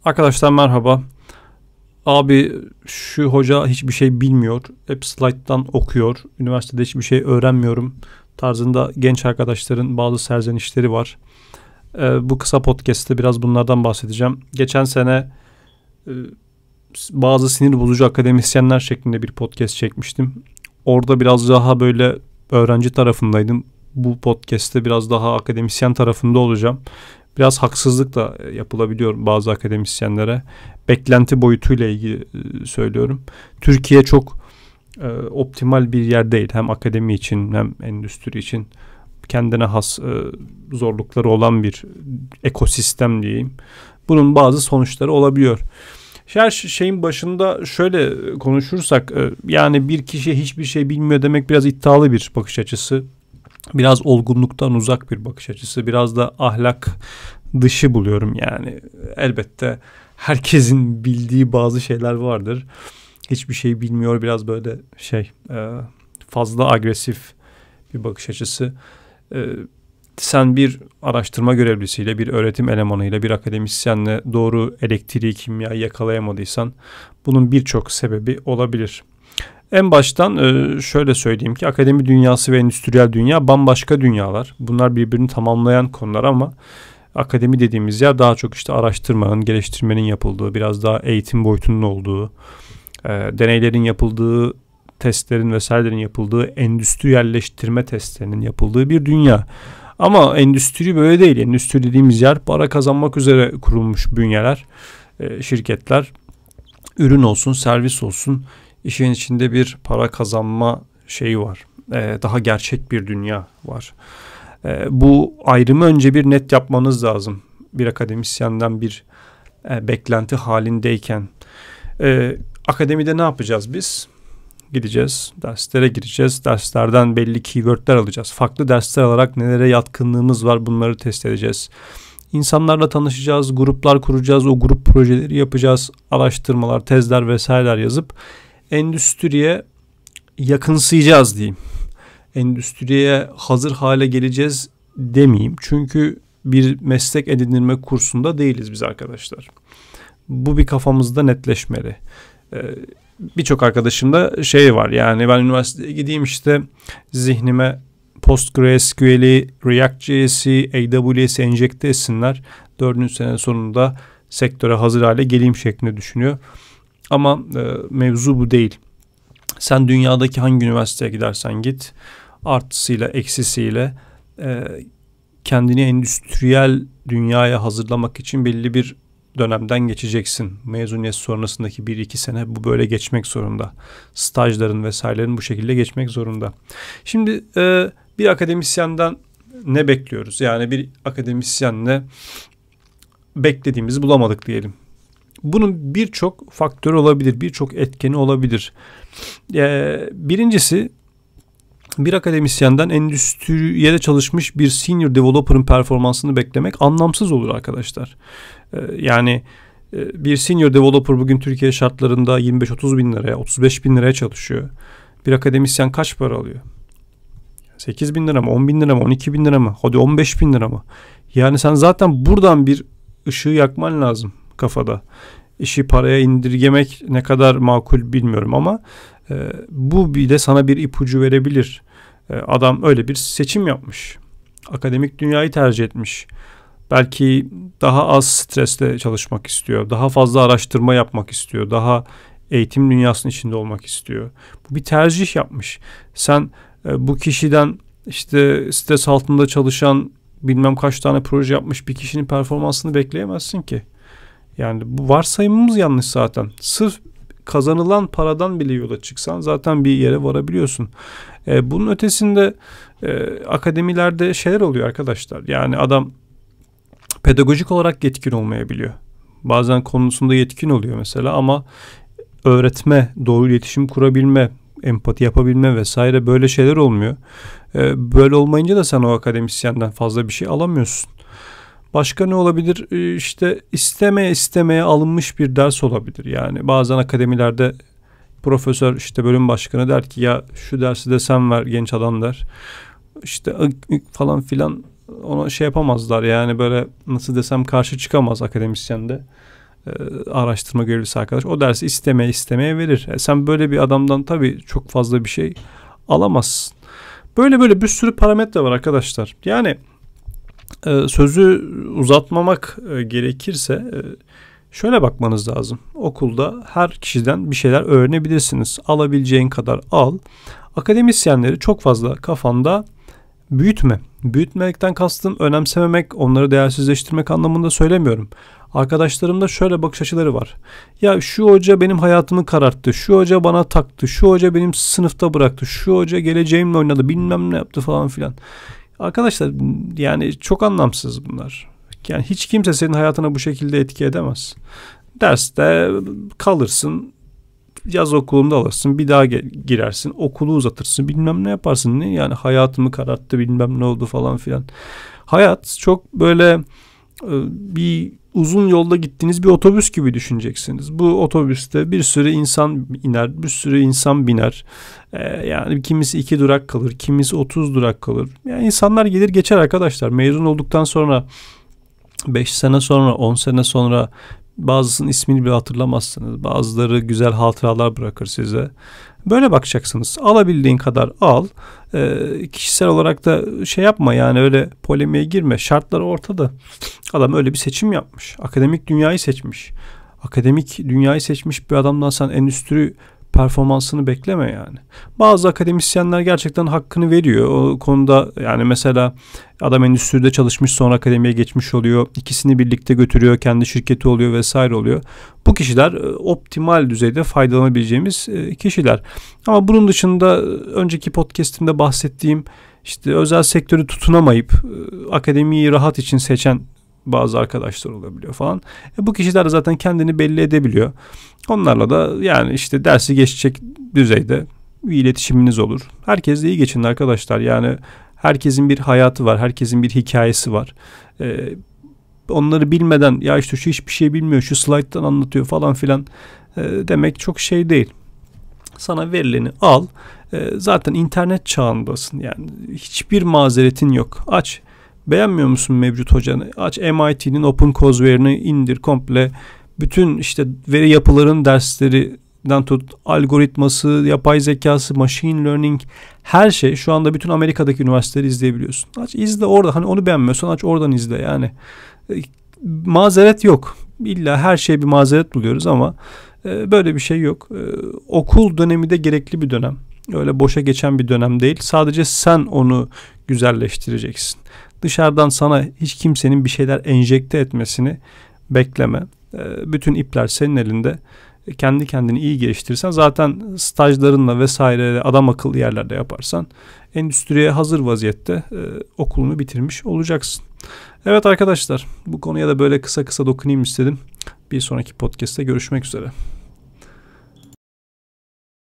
Arkadaşlar merhaba. Abi şu hoca hiçbir şey bilmiyor. Hep slayttan okuyor. Üniversitede hiçbir şey öğrenmiyorum tarzında genç arkadaşların bazı serzenişleri var. Bu kısa podcast'te biraz bunlardan bahsedeceğim. Geçen sene e, bazı sinir bozucu akademisyenler şeklinde bir podcast çekmiştim. Orada biraz daha böyle öğrenci tarafındaydım. Bu podcast'te biraz daha akademisyen tarafında olacağım. Biraz haksızlık da yapılabiliyor bazı akademisyenlere. Beklenti boyutuyla ilgili söylüyorum. Türkiye çok optimal bir yer değil. Hem akademi için hem endüstri için kendine has zorlukları olan bir ekosistem diyeyim. Bunun bazı sonuçları olabiliyor. Her şeyin başında şöyle konuşursak yani bir kişi hiçbir şey bilmiyor demek biraz iddialı bir bakış açısı. Biraz olgunluktan uzak bir bakış açısı. Biraz da ahlak dışı buluyorum yani. Elbette herkesin bildiği bazı şeyler vardır. Hiçbir şey bilmiyor, biraz böyle fazla agresif bir bakış açısı. Sen bir araştırma görevlisiyle, bir öğretim elemanıyla, bir akademisyenle doğru elektriği, kimyayı yakalayamadıysan bunun birçok sebebi olabilir. En baştan şöyle söyleyeyim ki akademi dünyası ve endüstriyel dünya bambaşka dünyalar. Bunlar birbirini tamamlayan konular ama akademi dediğimiz yer daha çok işte araştırmanın, geliştirmenin yapıldığı, biraz daha eğitim boyutunun olduğu, deneylerin yapıldığı, testlerin vesairelerin yapıldığı, endüstriyelleştirme testlerinin yapıldığı bir dünya. Ama endüstri böyle değil. Endüstri dediğimiz yer para kazanmak üzere kurulmuş bünyeler, şirketler, ürün olsun, servis olsun. İşin içinde bir para kazanma şeyi var. Daha gerçek bir dünya var. Bu ayrımı önce bir net yapmanız lazım. Bir akademisyenden bir beklenti halindeyken. Akademide ne yapacağız biz? Gideceğiz, derslere gireceğiz. Derslerden belli keywordler alacağız. Farklı dersler alarak nelere yatkınlığımız var bunları test edeceğiz. İnsanlarla tanışacağız, gruplar kuracağız, o grup projeleri yapacağız. Araştırmalar, tezler vesaireler yazıp endüstriye yakınsayacağız diyeyim. Endüstriye hazır hale geleceğiz demeyeyim. Çünkü bir meslek edinilme kursunda değiliz biz arkadaşlar. Bu bir kafamızda netleşmeli. Birçok arkadaşımda şey var, yani ben üniversiteye gideyim işte zihnime PostgreSQL'i, React.js'i, AWS'i enjekte etsinler. 4. sene sonunda sektöre hazır hale geleyim şeklinde düşünüyor. Ama mevzu bu değil. Sen dünyadaki hangi üniversiteye gidersen git, artısıyla eksisiyle kendini endüstriyel dünyaya hazırlamak için belli bir dönemden geçeceksin. Mezuniyet sonrasındaki 1-2 sene bu böyle geçmek zorunda. Stajların vesairelerin bu şekilde geçmek zorunda. Şimdi bir akademisyenden ne bekliyoruz? Yani bir akademisyenle beklediğimizi bulamadık diyelim. Bunun birçok faktörü olabilir, birçok etkeni olabilir. Birincisi, bir akademisyenden endüstriyede çalışmış bir senior developer'ın performansını beklemek anlamsız olur arkadaşlar. Yani bir senior developer bugün Türkiye şartlarında 25-30 bin liraya, 35 bin liraya çalışıyor. Bir akademisyen kaç para alıyor? 8 bin lira mı, 10 bin lira mı, 12 bin lira mı, hadi 15 bin lira mı? Yani sen zaten buradan bir ışığı yakman lazım kafada. İşi paraya indirgemek ne kadar makul bilmiyorum ama bu bile sana bir ipucu verebilir. Adam öyle bir seçim yapmış. Akademik dünyayı tercih etmiş. Belki daha az stresle çalışmak istiyor. Daha fazla araştırma yapmak istiyor. Daha eğitim dünyasının içinde olmak istiyor. Bu bir tercih yapmış. Sen bu kişiden işte stres altında çalışan bilmem kaç tane proje yapmış bir kişinin performansını bekleyemezsin ki. Yani bu varsayımımız yanlış zaten. Sırf kazanılan paradan bile yola çıksan zaten bir yere varabiliyorsun. Bunun ötesinde akademilerde şeyler oluyor arkadaşlar. Yani adam pedagojik olarak yetkin olmayabiliyor. Bazen konusunda yetkin oluyor mesela ama öğretme, doğru iletişim kurabilme, empati yapabilme vesaire böyle şeyler olmuyor. Böyle olmayınca da sen o akademisyenden fazla bir şey alamıyorsun. Başka ne olabilir? İşte istemeye alınmış bir ders olabilir. Yani bazen akademilerde profesör işte bölüm başkanı der ki ya şu dersi de sen ver genç adam der. İşte falan filan ona şey yapamazlar yani böyle nasıl desem karşı çıkamaz akademisyen de. araştırma görevlisi arkadaş o dersi istemeye verir. Sen böyle bir adamdan tabii çok fazla bir şey alamazsın. Böyle bir sürü parametre var arkadaşlar. Yani sözü uzatmamak gerekirse şöyle bakmanız lazım. Okulda her kişiden bir şeyler öğrenebilirsiniz. Alabileceğin kadar al. Akademisyenleri çok fazla kafanda büyütme. Büyütmekten kastım önemsememek, onları değersizleştirmek anlamında söylemiyorum. Arkadaşlarımda şöyle bakış açıları var. Ya şu hoca benim hayatımı kararttı, şu hoca bana taktı, şu hoca benim sınıfta bıraktı, şu hoca geleceğimle oynadı, bilmem ne yaptı falan filan. Arkadaşlar yani çok anlamsız bunlar. Yani hiç kimse senin hayatına bu şekilde etki edemez. Derste kalırsın, yaz okulunda alırsın, bir daha girersin, okulu uzatırsın, bilmem ne yaparsın. Ne yani hayatımı kararttı, bilmem ne oldu falan filan. Hayat çok böyle bir uzun yolda gittiğiniz bir otobüs gibi düşüneceksiniz. Bu otobüste bir sürü insan iner, bir sürü insan biner. Yani kimisi 2 durak kalır, kimisi 30 durak kalır. Yani insanlar gelir geçer arkadaşlar. Mezun olduktan sonra 5 sene sonra, 10 sene sonra bazısının ismini bile hatırlamazsınız. Bazıları güzel hatıralar bırakır size. Böyle bakacaksınız. Alabildiğin kadar al. Kişisel olarak da şey yapma yani öyle polemiğe girme. Şartlar ortada. Adam öyle bir seçim yapmış. Akademik dünyayı seçmiş. Akademik dünyayı seçmiş bir adamdan sen endüstri performansını bekleme yani. Bazı akademisyenler gerçekten hakkını veriyor. O konuda yani mesela adam endüstride çalışmış sonra akademiye geçmiş oluyor. İkisini birlikte götürüyor. Kendi şirketi oluyor vesaire oluyor. Bu kişiler optimal düzeyde faydalanabileceğimiz kişiler. Ama bunun dışında önceki podcast'imde bahsettiğim işte özel sektörü tutunamayıp akademiyi rahat için seçen bazı arkadaşlar olabiliyor falan. Bu kişiler de zaten kendini belli edebiliyor. Onlarla da yani işte dersi geçecek düzeyde bir iletişiminiz olur. Herkesle iyi geçin arkadaşlar. Yani herkesin bir hayatı var. Herkesin bir hikayesi var. Onları bilmeden ya işte şu hiçbir şey bilmiyor, şu slayttan anlatıyor falan filan demek çok şey değil. Sana verileni al. Zaten internet çağındasın. Yani hiçbir mazeretin yok. Aç. Beğenmiyor musun mevcut hocanı? Aç MIT'nin OpenCoursew'ini indir komple. Bütün işte veri yapıların derslerinden tut, algoritması, yapay zekası, machine learning her şey şu anda bütün Amerika'daki üniversiteleri izleyebiliyorsun. Aç izle orada. Hani onu beğenmiyorsan aç oradan izle yani. Mazeret yok. İlla her şeye bir mazeret buluyoruz ama böyle bir şey yok. Okul dönemi de gerekli bir dönem. Öyle boşa geçen bir dönem değil. Sadece sen onu güzelleştireceksin. Dışarıdan sana hiç kimsenin bir şeyler enjekte etmesini bekleme. Bütün ipler senin elinde. Kendi kendini iyi geliştirirsen zaten stajlarınla vesaire adam akıllı yerlerde yaparsan endüstriye hazır vaziyette okulunu bitirmiş olacaksın. Evet arkadaşlar bu konuya da böyle kısa dokunayım istedim. Bir sonraki podcast'te görüşmek üzere.